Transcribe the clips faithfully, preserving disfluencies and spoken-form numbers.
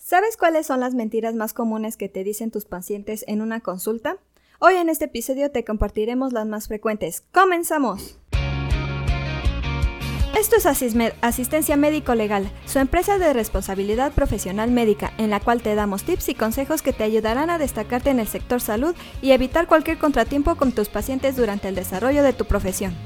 ¿Sabes cuáles son las mentiras más comunes que te dicen tus pacientes en una consulta? Hoy en este episodio te compartiremos las más frecuentes. ¡Comenzamos! Esto es Asismed, Asistencia Médico Legal, su empresa de responsabilidad profesional médica, en la cual te damos tips y consejos que te ayudarán a destacarte en el sector salud y evitar cualquier contratiempo con tus pacientes durante el desarrollo de tu profesión.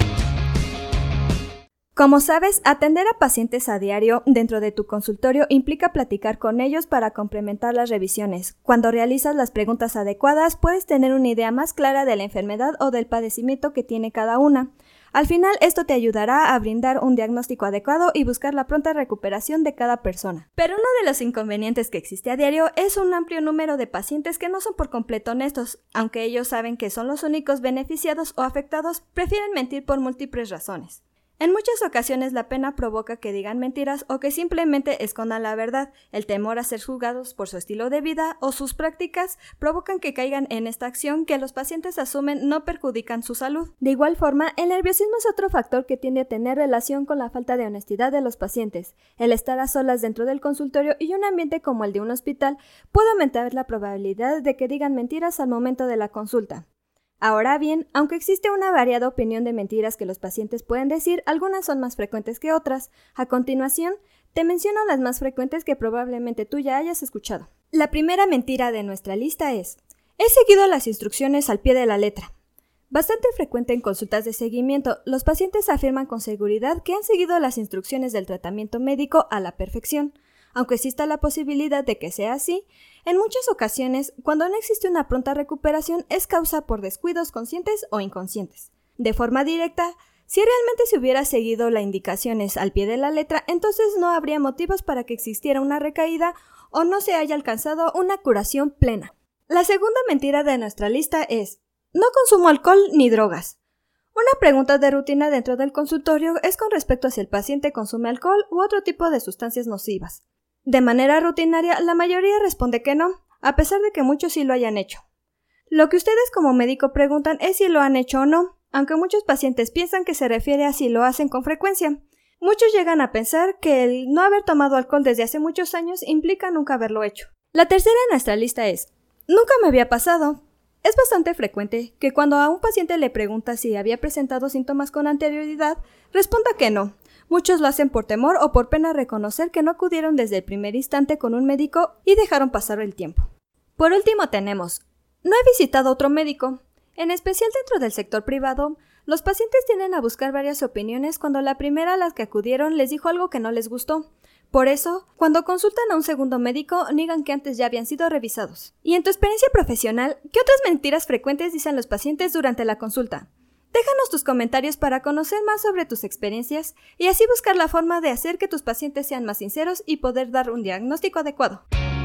Como sabes, atender a pacientes a diario dentro de tu consultorio implica platicar con ellos para complementar las revisiones. Cuando realizas las preguntas adecuadas, puedes tener una idea más clara de la enfermedad o del padecimiento que tiene cada una. Al final, esto te ayudará a brindar un diagnóstico adecuado y buscar la pronta recuperación de cada persona. Pero uno de los inconvenientes que existe a diario es un amplio número de pacientes que no son por completo honestos. Aunque ellos saben que son los únicos beneficiados o afectados, prefieren mentir por múltiples razones. En muchas ocasiones la pena provoca que digan mentiras o que simplemente escondan la verdad. El temor a ser juzgados por su estilo de vida o sus prácticas provocan que caigan en esta acción que los pacientes asumen no perjudican su salud. De igual forma, el nerviosismo es otro factor que tiende a tener relación con la falta de honestidad de los pacientes. El estar a solas dentro del consultorio y un ambiente como el de un hospital puede aumentar la probabilidad de que digan mentiras al momento de la consulta. Ahora bien, aunque existe una variada opinión de mentiras que los pacientes pueden decir, algunas son más frecuentes que otras. A continuación, te menciono las más frecuentes que probablemente tú ya hayas escuchado. La primera mentira de nuestra lista es: he seguido las instrucciones al pie de la letra. Bastante frecuente en consultas de seguimiento, los pacientes afirman con seguridad que han seguido las instrucciones del tratamiento médico a la perfección. Aunque exista la posibilidad de que sea así, en muchas ocasiones, cuando no existe una pronta recuperación, es causa por descuidos conscientes o inconscientes. De forma directa, si realmente se hubiera seguido las indicaciones al pie de la letra, entonces no habría motivos para que existiera una recaída o no se haya alcanzado una curación plena. La segunda mentira de nuestra lista es: no consumo alcohol ni drogas. Una pregunta de rutina dentro del consultorio es con respecto a si el paciente consume alcohol u otro tipo de sustancias nocivas. De manera rutinaria, la mayoría responde que no, a pesar de que muchos sí lo hayan hecho. Lo que ustedes como médico preguntan es si lo han hecho o no, aunque muchos pacientes piensan que se refiere a si lo hacen con frecuencia. Muchos llegan a pensar que el no haber tomado alcohol desde hace muchos años implica nunca haberlo hecho. La tercera en nuestra lista es: nunca me había pasado. Es bastante frecuente que cuando a un paciente le pregunta si había presentado síntomas con anterioridad, responda que no. Muchos lo hacen por temor o por pena reconocer que no acudieron desde el primer instante con un médico y dejaron pasar el tiempo. Por último tenemos: no he visitado a otro médico. En especial dentro del sector privado, los pacientes tienden a buscar varias opiniones cuando la primera a la que acudieron les dijo algo que no les gustó. Por eso, cuando consultan a un segundo médico, niegan que antes ya habían sido revisados. Y en tu experiencia profesional, ¿qué otras mentiras frecuentes dicen los pacientes durante la consulta? Déjanos tus comentarios para conocer más sobre tus experiencias y así buscar la forma de hacer que tus pacientes sean más sinceros y poder dar un diagnóstico adecuado.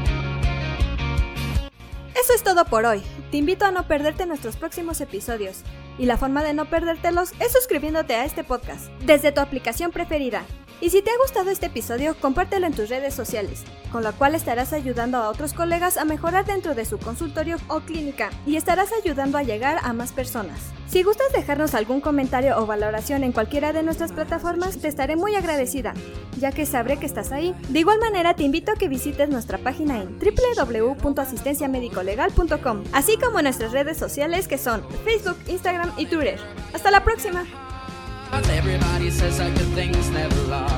Eso es todo por hoy. Te invito a no perderte nuestros próximos episodios. Y la forma de no perdértelos es suscribiéndote a este podcast desde tu aplicación preferida. Y si te ha gustado este episodio, compártelo en tus redes sociales, con lo cual estarás ayudando a otros colegas a mejorar dentro de su consultorio o clínica y estarás ayudando a llegar a más personas. Si gustas dejarnos algún comentario o valoración en cualquiera de nuestras plataformas, te estaré muy agradecida, ya que sabré que estás ahí. De igual manera, te invito a que visites nuestra página en doble u doble u doble u punto asistencia médico legal punto com, así como nuestras redes sociales que son Facebook, Instagram y Twitter. ¡Hasta la próxima! Everybody says that good things never last.